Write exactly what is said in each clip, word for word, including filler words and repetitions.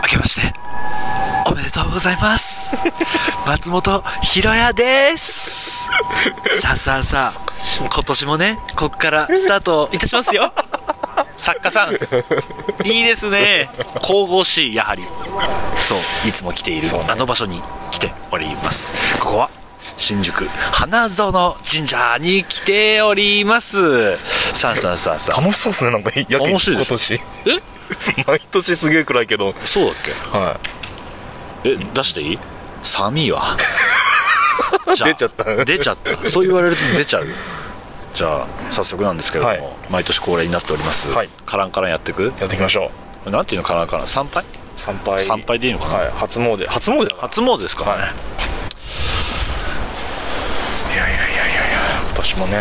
明けましておめでとうございます松本ひろやです。さあさあさあ、今年もねここからスタートいたしますよ。作家さんいいですね、神々しい。やはりそういつも来ているあの場所に来ております。ここは新宿花園神社に来ております。さあさあさあさあ、 楽しそうですね。なんかやけ面白いでしょ。 今年え毎年すげえ暗いけど。 そうだっけ。 はえ出していい？寒いわじゃあ出ちゃった出ちゃったそう言われると出ちゃう。じゃあ早速なんですけれども、はい、毎年恒例になっております、はい、カランカランやっていくやっていきましょう。なんていうの、カランカラン参拝参拝参拝でいいのかな、 はい、初詣初詣初詣ですかね、はい、いやいやいやいやいや今年もね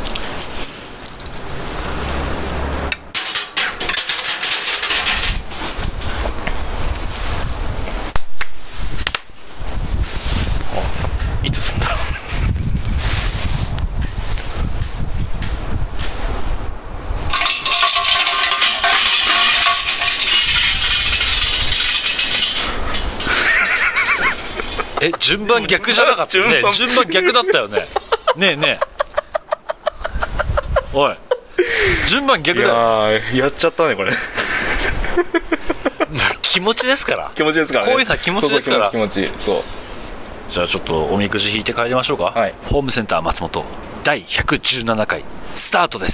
いつすんだろう。 え順番逆じゃなかったね。順番逆だったよね。ねえねえおい順番逆だよ。 いややっちゃったねこれ気持ちですから気持ちですからね。 こういうのは気持ちですから。 そうそう気持ち気持ち。そうじゃあちょっとおみくじ引いて帰りましょうか、はい、ホームセンター松本だいひゃくじゅうななかいスタートです。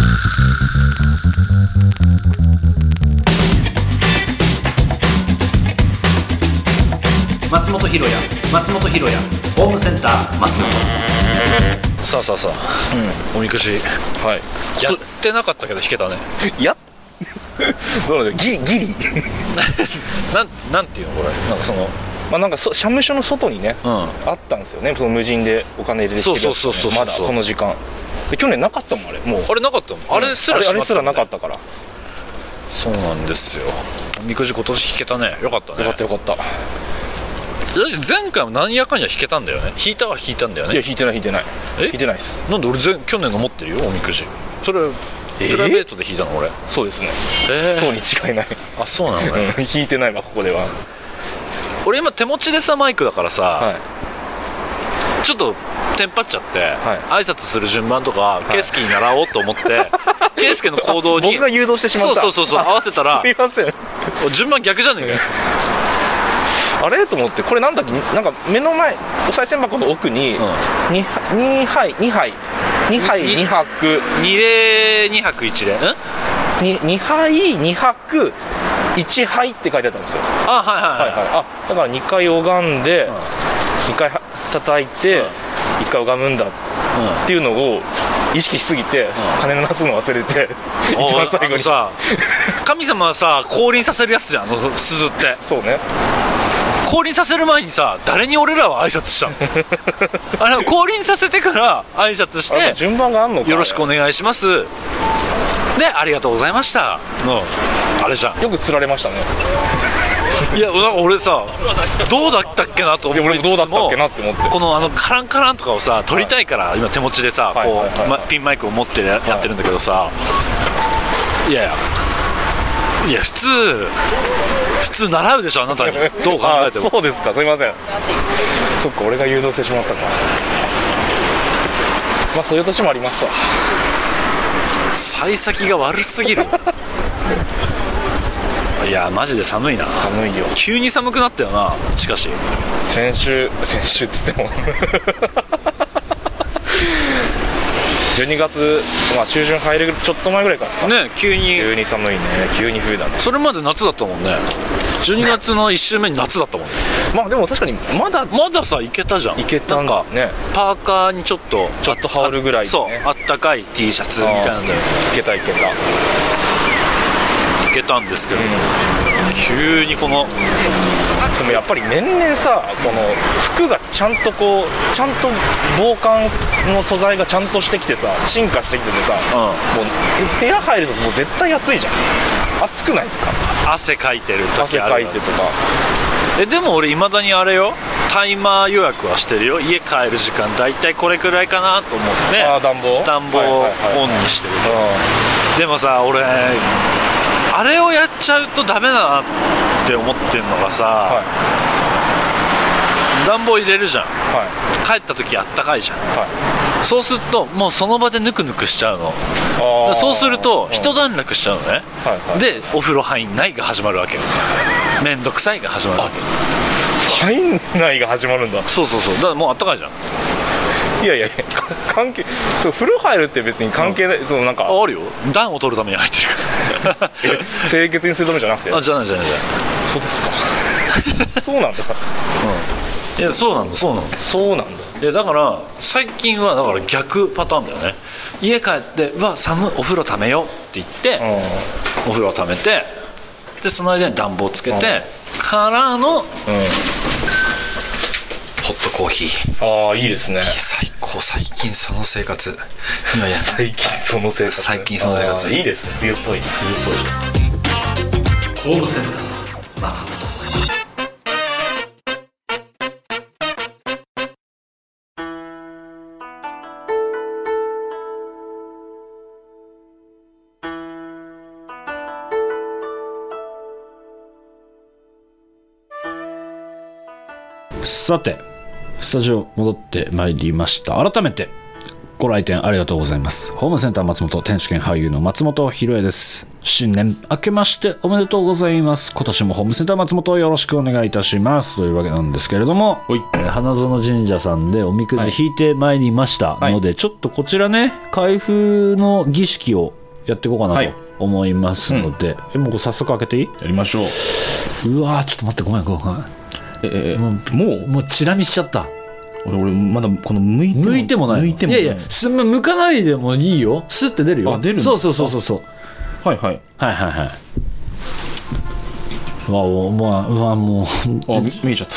松本ひろや松本ひろやホームセンター松本。さあさあさあ、うん、おみくじ、はい、やってなかったけど引けたね。 やどうなんだギリギリなん、なんていうのこれ、なんかそのまあなんか社務所の外にね、うん、あったんですよね、その無人でお金入れてきてるやつ、ね、そうそうそうそう、まだこの時間で去年なかったもんあれ。もうあれなかったもん、うん、あれすらあれ、あれすらなかったから。 そうなんですよ。おみくじ今年引けたね。よかったね。 よかったよかった。 前回もなんやかんや引けたんだよね。引いたは引いたんだよね。 いや引いてない引いてないえ引いてないです。 なんで俺前去年の持ってるよおみくじ。それプライベートで引いたの俺。 そうですね、 えー、 そうに違いない。 あそうなのね引いてないわここでは。 俺今手持ちでさマイクだからさ、はい、ちょっとテンパっちゃって、はい、挨拶する順番とか、はい、ケイスケに習おうと思ってケイスケの行動に僕が誘導してしまった。 そうそうそうそう合わせたらすみません順番逆じゃねえかよあれと思って、これなんだっけ、なんか目の前お賽銭箱の奥に に,、うん、にはいにはいにはいに泊に礼に泊いち礼んににはいに泊いちはいって書いてあったんですよ。 あはいはいはい、はいはい、 あだからにかい拝んで、うん、にかい叩いて、うん、いっかい拝むんだっていうのを意識しすぎて、うん、金鳴らすの忘れて一番最後にさ神様はさ降臨させるやつじゃん、あの鈴って。 そうね、 降臨させる前にさ誰に俺らは挨拶したのあれ降臨させてから挨拶して順番があんのか、 よろしくお願いしますでありがとうございましたのあれじゃん。 よく釣られましたねいやなんか俺さどうだったっけなと思いつつも、 どうだったっけなって思って、 このあのカランカランとかをさ撮りたいから、はい、今手持ちでさこう、ま、ピンマイクを持ってやってるんだけどさ、はい、いやいやいや普通普通習うでしょあなたにどう考えてもそうですか、すいません。そっか俺が誘導してしまったか。まあそういう年もありますわ。 幸先が悪すぎるいやマジで寒いな。 寒いよ。 急に寒くなったよな。しかし先週先週っつってもじゅうにがつ、まあ、中旬入るちょっと前ぐらいからですかね。急に急に寒いね。急に冬だね。 それまで夏だったもんね。じゅうにがつのいっ週目に夏だったもんね。 まあでも確かにまだまださいけたじゃん。 いけたんだね。 パーカーにちょっとちょっと羽織るぐらいで、ね、 そうあったかい T シャツみたいなんでいけたいけたいけたんですけど、うん、急にこのでもやっぱり年々さこの服がちゃんとこうちゃんと防寒の素材がちゃんとしてきてさ進化してきててさ、うん、もう部屋入るともう絶対暑いじゃん。暑くないですか。 汗かいてる時ある。 汗かいてとか。 えでも俺いまだにあれよタイマー予約はしてるよ。家帰る時間だいたいこれくらいかなと思ってあ暖房暖房をオンにしてる、はいはいはい、でもさ俺あれをやっちゃうとダメだなって思ってんのがさ、はい、暖房入れるじゃん、はい、帰った時あったかいじゃん、はい、そうするともうその場でぬくぬくしちゃうの。あそうすると一段落しちゃうのね、はいはい、でお風呂入んないが始まるわけよ。めんどくさいが始まるわけよ。 入んないが始まるんだ。 そうそうそう、だからもうあったかいじゃん。 いやいやいや関係、風呂入るって別に関係ない、うん、そのなんかあるよ、暖を取るために入ってるから清潔にするためじゃなくて。 あじゃないじゃないじゃない。 そうですかそうなんだ、 うん、いやそうなんだそうなんだそうなんだ。 いやだから最近はだから逆パターンだよね。家帰ってうわ寒いお風呂ためようって言って、うん、お風呂をためて、でその間に暖房つけて、うん、からの、うん、ホットコーヒー。ああいいですね。 最高。最近その生活。いやいや最近その生活最近その生活いいですね。冬っぽい。冬っぽい。 ホームセンター松本。さてスタジオ戻ってまいりました。改めてご来店ありがとうございます。ホームセンター松本天主兼俳優の松本ひろえです。新年明けましておめでとうございます。今年もホームセンター松本をよろしくお願いいたしますというわけなんですけれども、えー、花園神社さんでおみくじ引いてまいりましたので、はいはい、ちょっとこちらね開封の儀式をやっていこうかなと思いますので、はいうん、えもう早速開けていい？ やりましょう。 うわーちょっと待ってごめんごめんえー、もうもうもうチラ見しちゃった。 俺俺まだこの向いても向いてもない。 向いてもない。 いやいやす向かないでもいいよ。スッて出るよ。 あ出るの？ そうそうそうそうそう。 はいはいはいはいはい。うわおまあうわもうあ見えちゃった。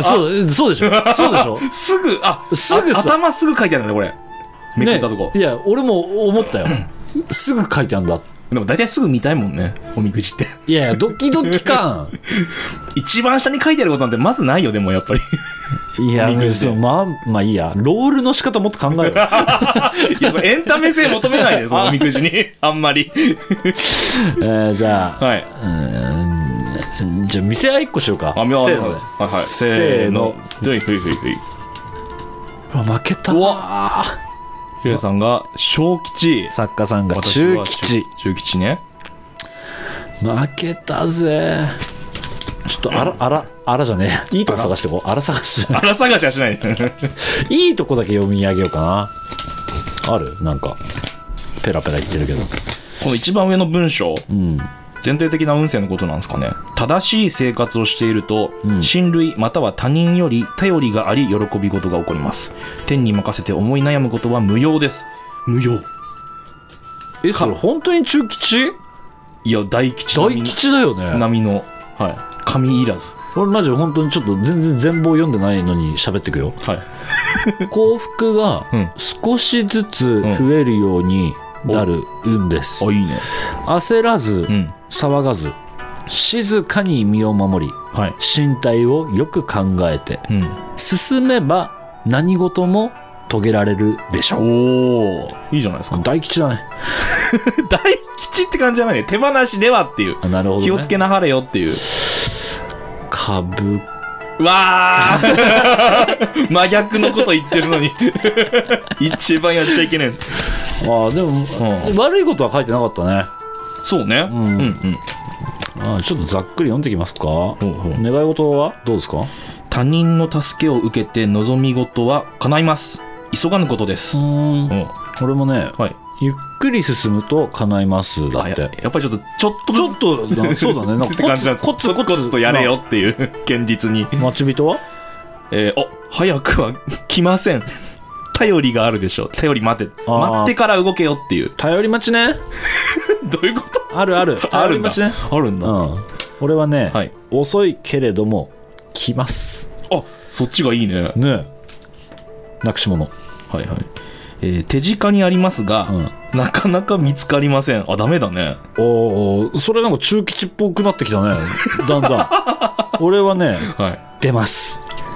そうそうでしょそうでしょ。 すぐあすぐ頭すぐ書いてあるんだねこれ。めくったとこ。 ね、いや俺も思ったよ。すぐ書いてあるんだ。 でも大体すぐ見たいもんねおみくじって。 いやいやドキドキ感一番下に書いてあることなんてまずないよ。でもやっぱりいやそうまあまあいいやロールの仕方もっと考えろ。いやエンタメ性求めないですおみくじにあんまり。 えー、じゃあ、 はい、 うんじゃあ見せ合いっこしようか。 あせーので、はいはい、せーのふいふいふいふい。 負けた。うわひろやさんが小吉、 作家さんが中吉。 中吉ね。 負けたぜ。ちょっとあらあらあらじゃねえ。いいとこ探してこう。あら探しじゃない。 あら探しはしない。 いいとこだけ読み上げようかな。あるなんかペラペラ言ってるけど。 この一番上の文章。 うん。 前提的な運勢のことなんですかね。正しい生活をしていると、うん、親類または他人より頼りがあり喜び事が起こります。天に任せて思い悩むことは無用です。無用。 えそれ本当に中吉？ いや大吉大吉だよね。 波のはい神いらず。 俺マジ本当にちょっと全然全貌読んでないのに喋ってくよ。 はい。 幸福が少しずつ増えるようになる運です。 うん、あいいね。 焦らず、 うん、 騒がず静かに身を守り、はい、身体をよく考えて、うん、進めば何事も遂げられるでしょう。 おーいいじゃないですか。 大吉だね。 大吉って感じじゃないね。手放しではっていう。 なるほど、ね、 気をつけなはれよっていう。 株うわー真逆のこと言ってるのに一番やっちゃいけない。 ああでも、うん、悪いことは書いてなかったね。 そうね。うんうんうん。 あちょっとざっくり読んできますか。ほうほう。願い事はどうですか。 他人の助けを受けて望み事は叶います。急がぬことです。 うーん、うん、俺もね、 はい、 ゆっくり進むと叶いますだって。 や, やっぱりちょっとちょっとちょっとそうだね。なんかコツコツコツコツとやれよっていう現実に。 待ち人は、 えー、お早くは来ません。頼りがあるでしょ。頼り待て待ってから動けよっていう。 頼り待ちね。 どういうこと？ あるある頼り待ちね。 あるんだ、 うん、俺はね、 はい、 遅いけれども来ます。 あそっちがいいね。 ねなくし物。 はいはい。えー、手近にありますが、うん、なかなか見つかりません。あダメだね。 おおそれなんか中吉っぽくなってきたね。だんだん俺はね、 はい、 出ます。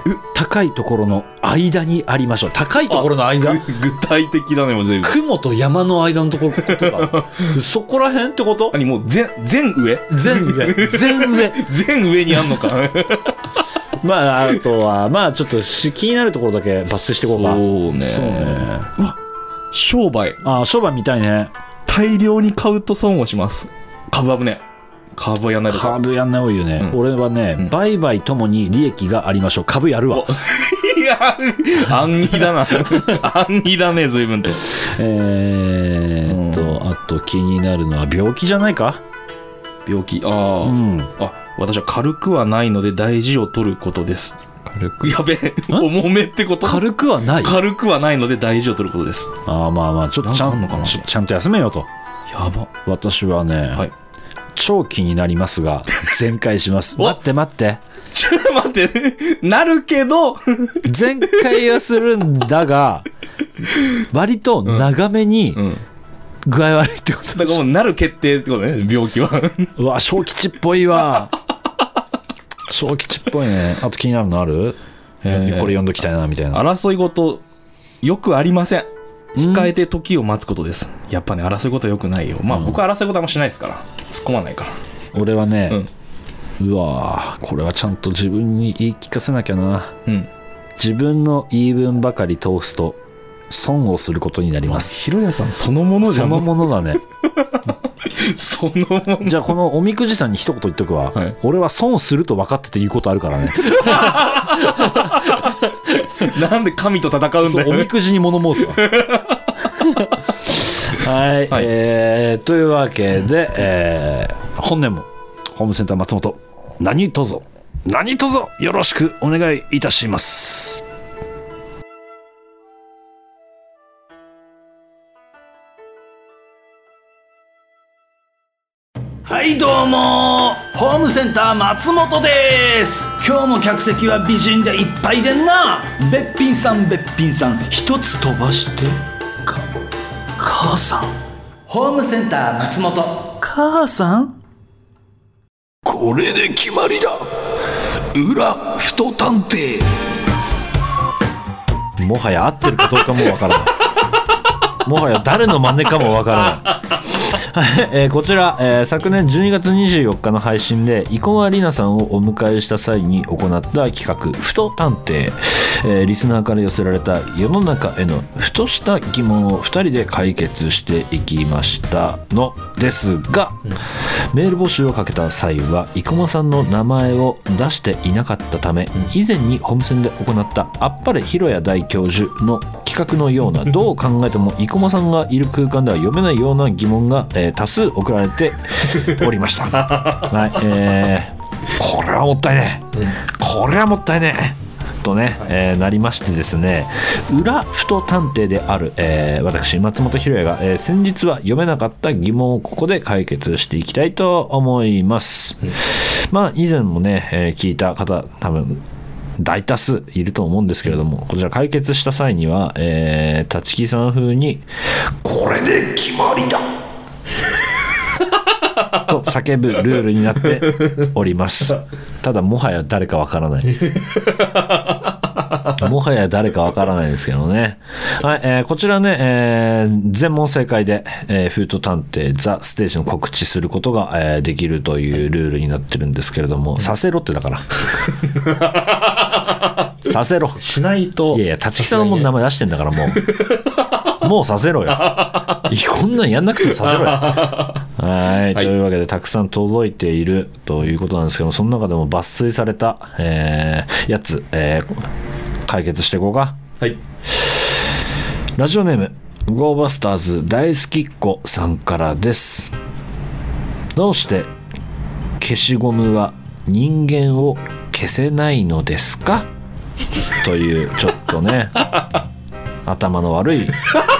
高いところの間にありましょう。高いところの間、 具体的だね。もう全部雲と山の間のところことかそこら辺ってこと？ 何もう全全上全上全上全上にあんのかまああとはまあちょっと気になるところだけ抜粋していこうか。 そうね。 そうね。 うわ、商売。 ああ、商売みたいね。 大量に買うと損をします。株危ね。株やんないとか。 株やんない多いよね、うん、俺はね、うん、売買ともに利益がありましょう。株やるわいや安易だな安易だね随分と。 えーっと、うん、あと気になるのは病気じゃないか。 病気、ああ、うん、あ、私は軽くはないので大事を取ることです。軽く、やべえ、重めってこと。 軽くはない、 軽くはないので大事を取ることです。 ああ、まあまあちょっとちゃんとち, ちゃんと休めよと。 やば。 私はね、はい、長期になりますが全開します。待って待ってちょっと待ってなるけど全開はするんだが割と長めに、うんうん、具合悪いってことだからもうなる決定ってことね、病気はうわ、小吉っぽいわ小吉っぽいね。あと気になるのある？えー、これ読んどきたいなみたいな。 争い事よくありません。控えて時を待つことです。やっぱね、争い事はよくないよ。まあ、うん、僕は争い事はあんましないですから、突っ込まないから。 俺はね、うん、うわー、これはちゃんと自分に言い聞かせなきゃな、うん、自分の言い分ばかり通すと損をすることになります。 ひろやさんそのものじゃん。 そのものだねそのもの。 じゃあこのおみくじさんに一言言っとくわ、はい、俺は損すると分かってて言うことあるからねなんで神と戦うんだよ。 おみくじに物申すわはい、はい、えー、というわけで、えー、本年もホームセンター松本何卒何卒よろしくお願いいたします。はいどうも、ホームセンター松本です。今日も客席は美人でいっぱいでんな。べっぴんさんべっぴんさん一つ飛ばしてか母さん。ホームセンター松本母さん。これで決まりだ、裏太探偵。もはや合ってるかどうかもわからないもはや誰の真似かもわからないえー、こちら、えー、昨年じゅうにがつにじゅうよっかの配信で生駒里奈さんをお迎えした際に行った企画ふと探偵、えー、リスナーから寄せられた世の中へのふとした疑問をふたりで解決していきましたのですが、うん、メール募集をかけた際は生駒さんの名前を出していなかったため、以前にホームセンで行ったあっぱれひろや大教授の企画のようなどう考えても生駒さんがいる空間では読めないような疑問が、えー、多数送られておりましたはい、えー、これはもったいねえ、うん、これはもったいねえとね、はい、えー、なりましてですね、裏太探偵である、えー、私松本ひろやが、えー、先日は読めなかった疑問をここで解決していきたいと思います、うん、まあ以前もね、えー、聞いた方多分大多数いると思うんですけれども、こちら解決した際には、えー、立木さん風にこれで決まりだと叫ぶルールになっております。ただもはや誰かわからないもはや誰かわからないですけどね。はい、えー、こちらね、えー、全問正解で、えー、フード探偵ザ・ステージの告知することが、えー、できるというルールになってるんですけれども、させろってだからさせろしないと。 いやいや、立木さんの名前出してんだからもうもうさせろよこんなんやんなくてもさせろよはい、はい、というわけでたくさん届いているということなんですけども、その中でも抜粋された、えー、やつ、えー、解決していこうか。はい。ラジオネームゴーバスターズ大好きっ子さんからです。どうして消しゴムは人間を消せないのですかというちょっとね頭の悪い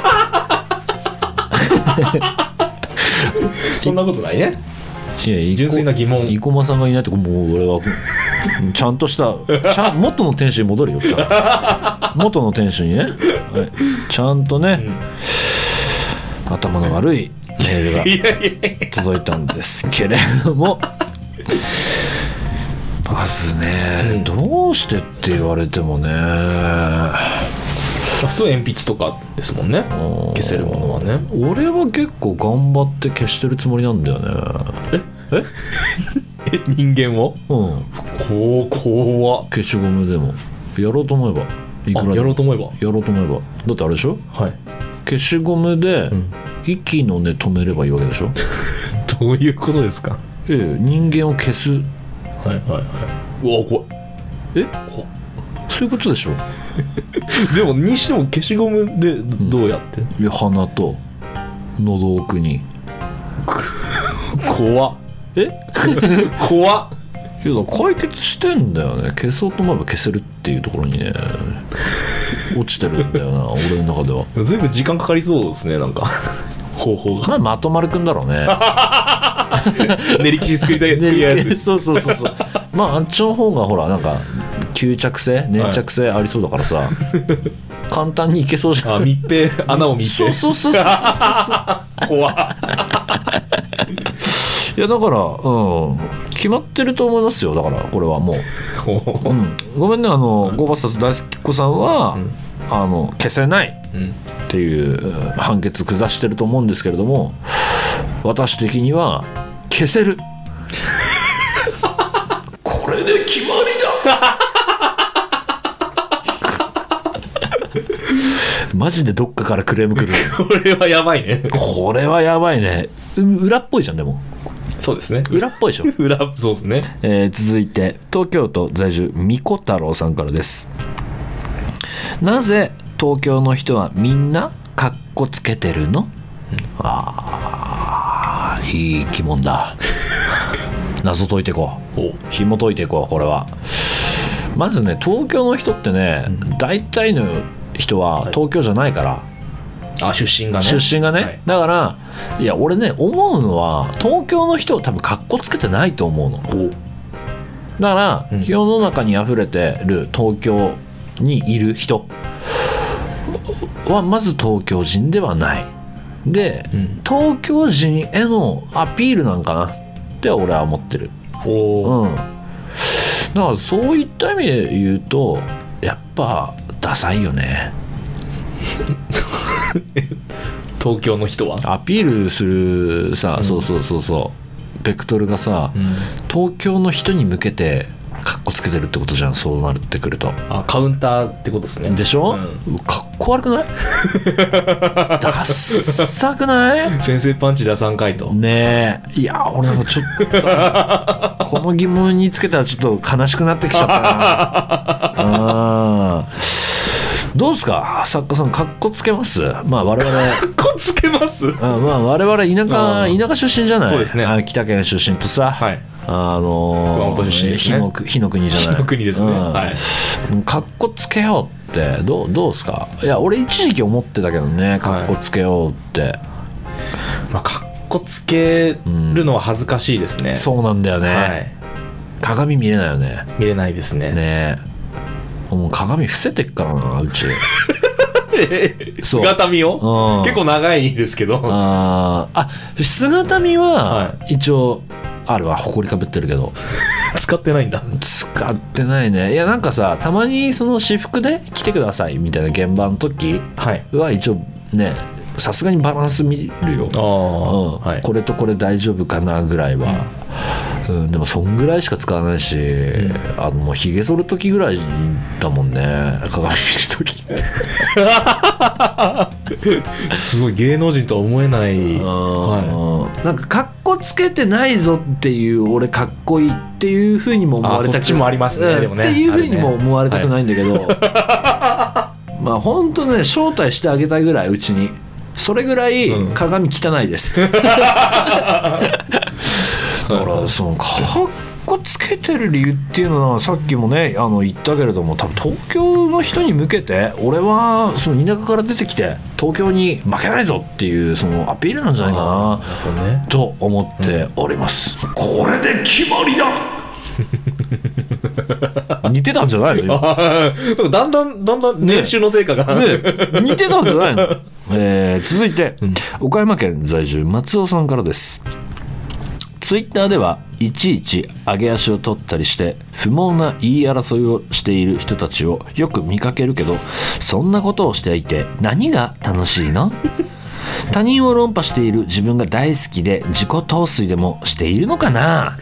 そんなことないね。 いや、 純粋な疑問。 生駒さんがいないとこ、もう俺はちゃんとしたちゃん元の店主に戻るよ。ちゃん元の店主にね、はい、ちゃんとね、うん、頭の悪いメールが届いたんですけれどもまずね、うん、どうしてって言われてもね、 普通鉛筆とかですもんね、消せるものはね。 俺は結構頑張って消してるつもりなんだよね。ええ人間を？うん。こう怖っ。 消しゴムでもやろうと思えばいくらでもやろうと思えばやろうと思えばだってあれでしょ、はい、消しゴムで息の根止めればいいわけでしょ、うん、 どういうことですか？ ええ、人間を消す。はいはいはい。うわ怖っ。 えそういうことでしょでもにしても消しゴムでどうやって、 うん、いや鼻と喉奥に怖っ。 え怖っ。 いや解決してんだよね。消そうと思えば消せるっていうところにね落ちてるんだよな俺の中では。 ずいぶん時間かかりそうですね、なんか方法が。 まあまとまるくんだろうね練り生地作りたいやつ。 そうそうそうそうまああっちの方がほらなんか吸着性粘着性ありそうだからさ、はい、簡単にいけそうじゃん。 あ密閉穴を密閉。 そうそうそうそうそう怖っいやだから、うん、決まってると思いますよ。だからこれはもう、うん、ごめんね、あの、うん、ゴーバスタス大好きさんは、うん、あの消せないっていう判決下してると思うんですけれども、私的には消せるこれで決まりだマジでどっかからクレーム来るこれはやばいね。 これはやばいね。裏っぽいじゃん。でもそうですね、 裏っぽいでしょ裏そうですね、 えー、続いて東京都在住みこ太郎さんからです。なぜ東京の人はみんなカッコつけてるの？うん、あーいい疑問だ謎解いていこう。紐解いていこう。これはまずね、東京の人ってね、うん、大体の人は東京じゃないから、はい、 あ出身がね出身がね、はい、だからいや俺ね思うのは東京の人は多分カッコつけてないと思うの。だから、うん、世の中にあふれてる東京にいる人はまず東京人ではないで、うん、東京人へのアピールなんかなって俺は思ってる。お、うん、だからそういった意味で言うとやっぱダサいよね東京の人はアピールするさ、うん、そうそうそうそうベクトルがさ、うん、東京の人に向けてカッコつけてるってことじゃん。そうなるってくるとあカウンターってことですね。 でしょ、うん、かっこ悪くないダッサくない先生パンチ出さんかいとねえ。いや俺なんかちょっとこの疑問につけたらちょっと悲しくなってきちゃったなあどうですか作家さん、カッコつけます？まあ我々 カッコつけますあまあ我々田舎田舎出身じゃない。 そうですね。 秋田県出身とさ、はい、あの熊本出身ですね。 火の国じゃない。 火の国ですね、うんはい、 カッコつけようってどうどうですか？いや俺一時期思ってたけどね、カッコつけようって、はいまあ、カッコつけるのは恥ずかしいですね、うん、 そうなんだよね、はい、鏡見れないよね。 見れないですね。 ねもう鏡伏せてっからなうち姿見を、うん、結構長いですけどああ姿見は一応あるわ。ほこりかぶってるけど使ってないんだ。 使ってないね。いやなんかさたまにその私服で来てくださいみたいな現場の時は一応ねさすがにバランス見るよ。あ、うんはい、これとこれ大丈夫かなぐらいは、うんうん、でもそんぐらいしか使わないし、うん、あのもうひげ剃る時ぐらいだもんね鏡見る時ってすごい芸能人とは思えない、 はい、なんかかっこつけてないぞっていう俺かっこいいっていう風にも思われたくない。 そっちもありますね、でもねっていう風にも思われたくないんだけど、ねはい、まあ本当ね招待してあげたいぐらいうちにそれぐらい鏡汚いです、うん、だからそのかっこつけてる理由っていうのはさっきもねあの言ったけれども多分東京の人に向けて俺はその田舎から出てきて東京に負けないぞっていうそのアピールなんじゃないかな、ね、と思っております、うん、これで決まりだ似てたんじゃないの今だんだんだんだん練習の成果が、ねね、似てたんじゃないの、えー、続いて、うん、岡山県在住松尾さんからです。ツイッターではいちいち上げ足を取ったりして不毛な言い争いをしている人たちをよく見かけるけど、そんなことをしていて何が楽しいの？他人を論破している自分が大好きで自己陶酔でもしているのかな？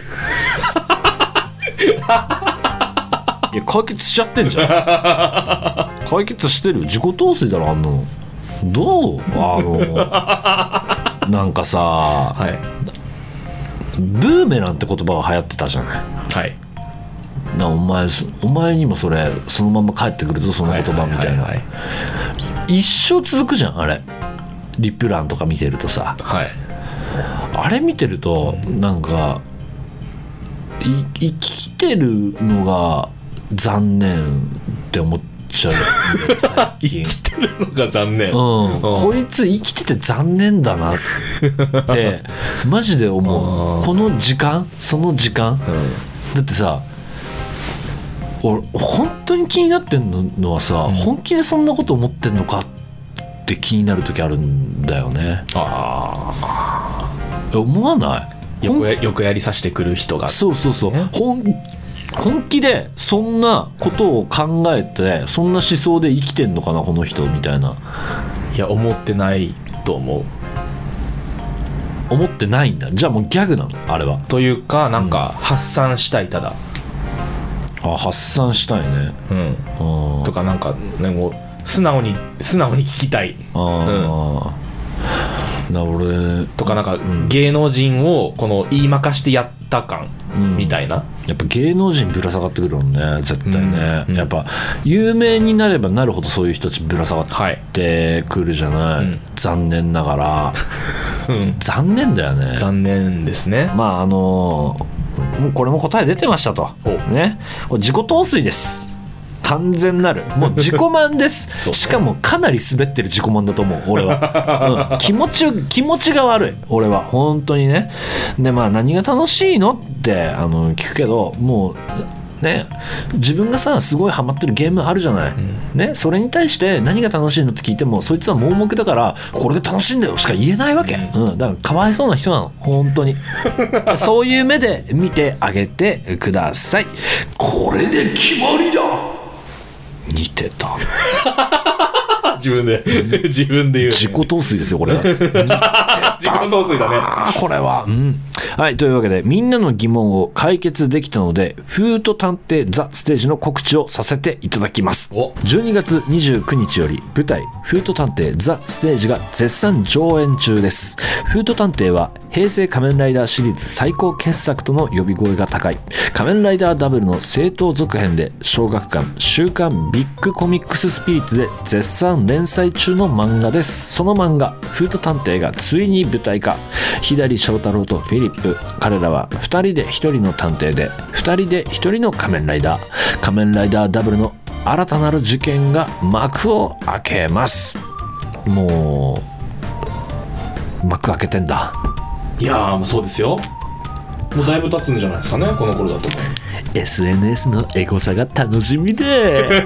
いや解決しちゃってんじゃん。解決してる自己陶酔だろあんなの。どうあのなんかさ、はい、ブーメランって言葉が流行ってたじゃない。はい。なお前お前にもそれそのまま返ってくるぞその言葉みたいな、はいはいはいはい、一生続くじゃんあれ。リップ欄とか見てるとさ、はい、あれ見てるとなんかい生きてるのが残念って思っちゃう最近。生きてるのが残念、うんうん、こいつ生きてて残念だなってマジで思う。この時間その時間、うん、だってさ俺本当に気になってんのはさ、うん、本気でそんなこと思ってんのかって気になる時あるんだよね。ああ思わない？ よく や, よくやりさせてくる人が。 そうそうそう、本本気でそんなことを考えてそんな思想で生きてんのかなこの人みたいな。 いや思ってないと思う。 思ってないんだ。じゃあもうギャグなのあれは。 というかなんか発散したいただ、 うん、あ発散したいね、 うん、とかなんかねもう素直に素直に聞きたい。あ、うん、な俺とかなんか、うん、芸能人をこの言いまかしてやった感、うん、みたいな。 やっぱ芸能人ぶら下がってくるもんね絶対ね、うんうん、やっぱ有名になればなるほどそういう人たちぶら下がってくるじゃない、はい、うん、残念ながら、うん、残念だよね。 残念ですね。 まああのもうこれも答え出てましたとね。これ自己陶酔です。完全なるもう自己満ですね、しかもかなり滑ってる自己満だと思う俺は、うん、気持ち気持ちが悪い俺は本当にね。でまあ何が楽しいのってあの聞くけど、もうね自分がさすごいハマってるゲームあるじゃない、うん、ね、それに対して何が楽しいのって聞いてもそいつは盲目だからこれが楽しいんだよしか言えないわけ、うんうん、だからかわいそうな人なの本当にそういう目で見てあげてください。これで決まりだ。似てた自分で自分で言う、ね、 自己陶酔ですよこれは。自己陶酔だねこれは、うん、はい。というわけでみんなの疑問を解決できたのでフート探偵ザステージの告知をさせていただきます。じゅうにがつにじゅうくにちより舞台フート探偵ザステージが絶賛上演中です。フート探偵は平成仮面ライダーシリーズ最高傑作との呼び声が高い仮面ライダーダブルの正当続編で小学館週刊ビッグコミックススピリッツで絶賛連載中の漫画です。その漫画フート探偵がついに舞台化。左翔太郎とフィリップ、彼らはふたりでひとりの探偵でふたりでひとりの仮面ライダー仮面ライダーダブルの新たなる事件が幕を開けます。もう幕開けてんだ。 いやーもうそうですよ。もうだいぶ経つんじゃないですかねこの頃だと。 エスエヌエス のエゴサが楽しみで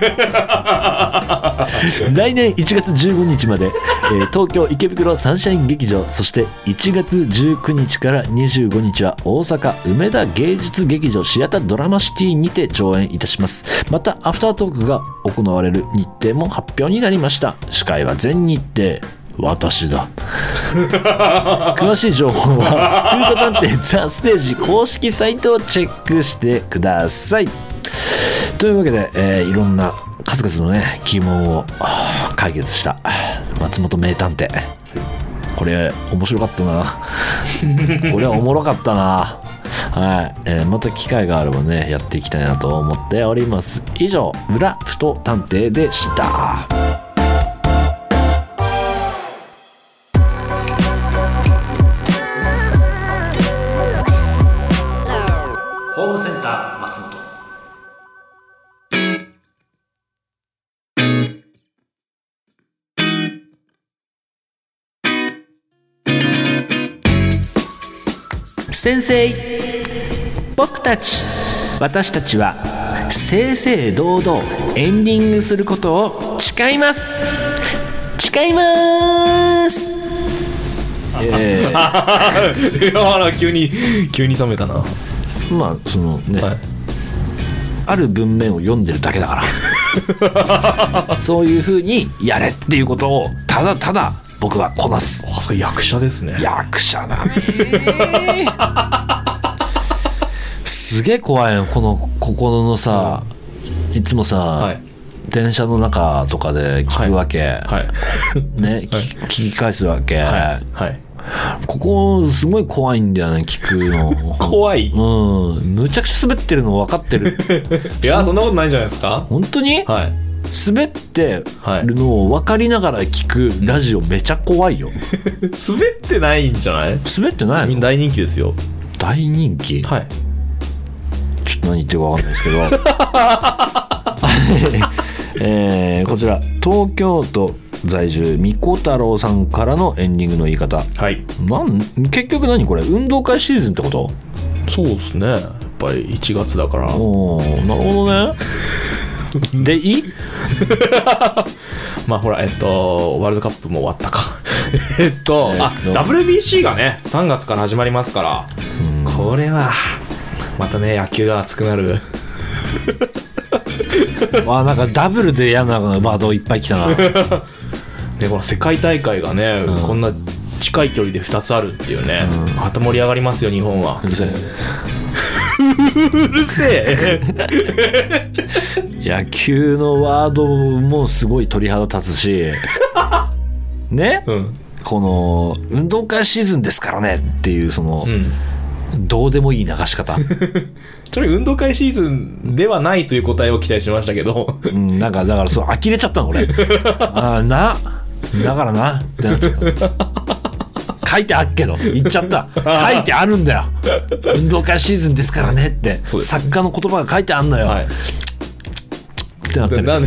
来年いちがつじゅうごにちまで、えー、東京池袋サンシャイン劇場、そしていちがつじゅうくにちからにじゅうごにちは大阪梅田芸術劇場シアタードラマシティにて上演いたします。またアフタートークが行われる日程も発表になりました。司会は全日程私だ詳しい情報はフート探偵ザステージ公式サイトをチェックしてください。というわけで、えー、いろんな数々のね疑問を解決した松本名探偵、これ面白かったなこれはおもろかったなはい、えー、また機会があればねやっていきたいなと思っております。以上裏ふと探偵でした。ホームセンター松本。先生、僕たち私たちは正々堂々エンディングすることを誓います誓いますえー、 いや急に急に冷めたな。 まあそのね、はい、ある文面を読んでるだけだからそういう風にやれっていうことをただただ僕はこなす。 あ、それ役者ですね。 役者だねすげえ怖いよこの心のさ、いつもさ、はい、電車の中とかで聞くわけ、はいはい、ね、はい、聞き返すわけ、はいはい、ここすごい怖いんだよね、聞くの怖い、 うん、むちゃくちゃ滑ってるの分かってるいやそんなことないんじゃないですか。 本当に、はい、滑ってるのを分かりながら聞くラジオめちゃ怖いよ滑ってないんじゃない。 滑ってないの。 みんな大人気ですよ。 大人気、はい、ちょっと何言ってるか分かんないですけどえー、こちら東京都在住みこ太郎さんからのエンディングの言い方、はい、なん結局何これ、運動会シーズンってこと。 そうですね、やっぱりいちがつだから。 おー、なるほどねでいいまあほらえっとワールドカップも終わったかえっと、えー、あ ダブリュービーシー がねさんがつから始まりますから、これはまたね野球が熱くなるわあ、なんかダブルで嫌なワードいっぱい来たなでこの世界大会がね、うん、こんな近い距離でふたつあるっていうね、うん、また盛り上がりますよ日本は。うるせえうるせえ野球のワードもすごい鳥肌立つしね、うん、この運動会シーズンですからねっていうその、うん、どうでもいい流し方それ運動会シーズンではないという答えを期待しましたけど、 うん、なんかだからそう呆れちゃったの俺あなだからなってなっちゃった書いてあっけど言っちゃった書いてあるんだよ運動会シーズンですからねって作家の言葉が書いてあんのよ、はい、ってなってる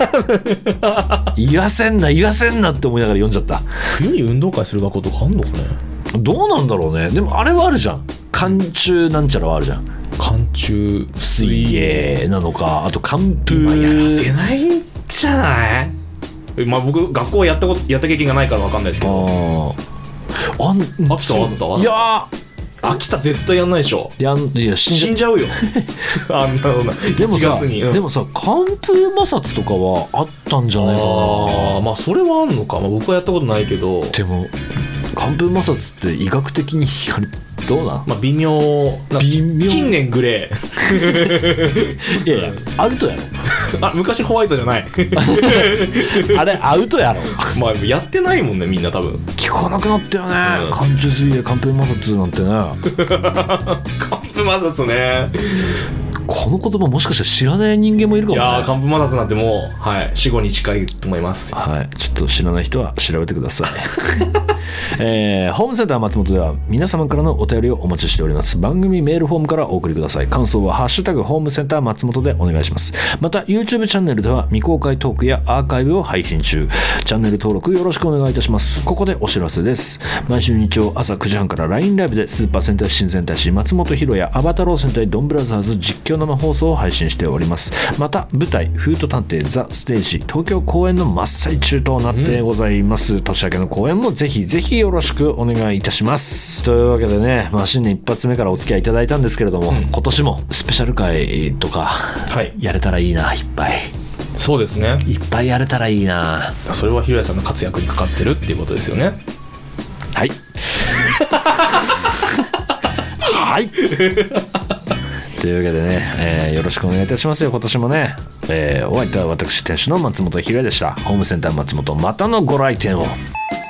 言わせんな言わせんなって思いながら読んじゃった。 冬に運動会する学校とかあんのかね。 どうなんだろうね。でもあれはあるじゃん、寒中なんちゃらはあるじゃん。 寒中水泳なのか、あと寒風今やらせないんじゃない。まあ僕学校やったことやった経験がないから分かんないですけど、あん秋田あった。いや秋田絶対やんないでしょ。 やんいや死んじゃ、死んじゃうよあんなのな。 でもさ、うん、でもさ寒風摩擦とかはあったんじゃないかな。 あまあそれはあんのか、まあ、僕はやったことないけど。 でも寒風摩擦って医学的にどうなん。 まあ微妙な。微妙近年グレーいやいやアウトやろあ昔ホワイトじゃないあれアウトやろまあやってないもんねみんな多分。 聞かなくなったよね、うん、寒中水泳寒風摩擦なんてね寒風摩擦ね。 この言葉もしかしたら知らない人間もいるかもね。 いやー寒風摩擦なんてもう、はい、死後に近いと思います。 はい、ちょっと知らない人は調べてください、えー、ホームセンター松本では皆様からのお便りをお待ちしております。番組メールフォームからお送りください。感想はハッシュタグホームセンター松本でお願いします。また YouTube チャンネルでは未公開トークやアーカイブを配信中。チャンネル登録よろしくお願いいたします。ここでお知らせです。毎週日曜朝くじはんから ライン ライブでスーパー戦隊新戦隊士松本ひろやアバタロー戦隊ドンブラザーズ実況生放送を配信しております。また舞台フード探偵ザ・ステージ東京公演の真っ最中となってございます、うん、年明けの公演もぜひぜひよろしくお願いいたします。というわけでね、まあ、新年一発目からお付き合いいただいたんですけれども、うん、今年もスペシャル回とかやれたらいいな、いっぱい。 そうですね、 いっぱいやれたらいいな。 それはひろやさんの活躍にかかってるっていうことですよね。 はいはいというわけでね、えー、よろしくお願いいたしますよ今年もね、えー、お相手は私店主の松本ひろやでした。ホームセンター松本、またのご来店を。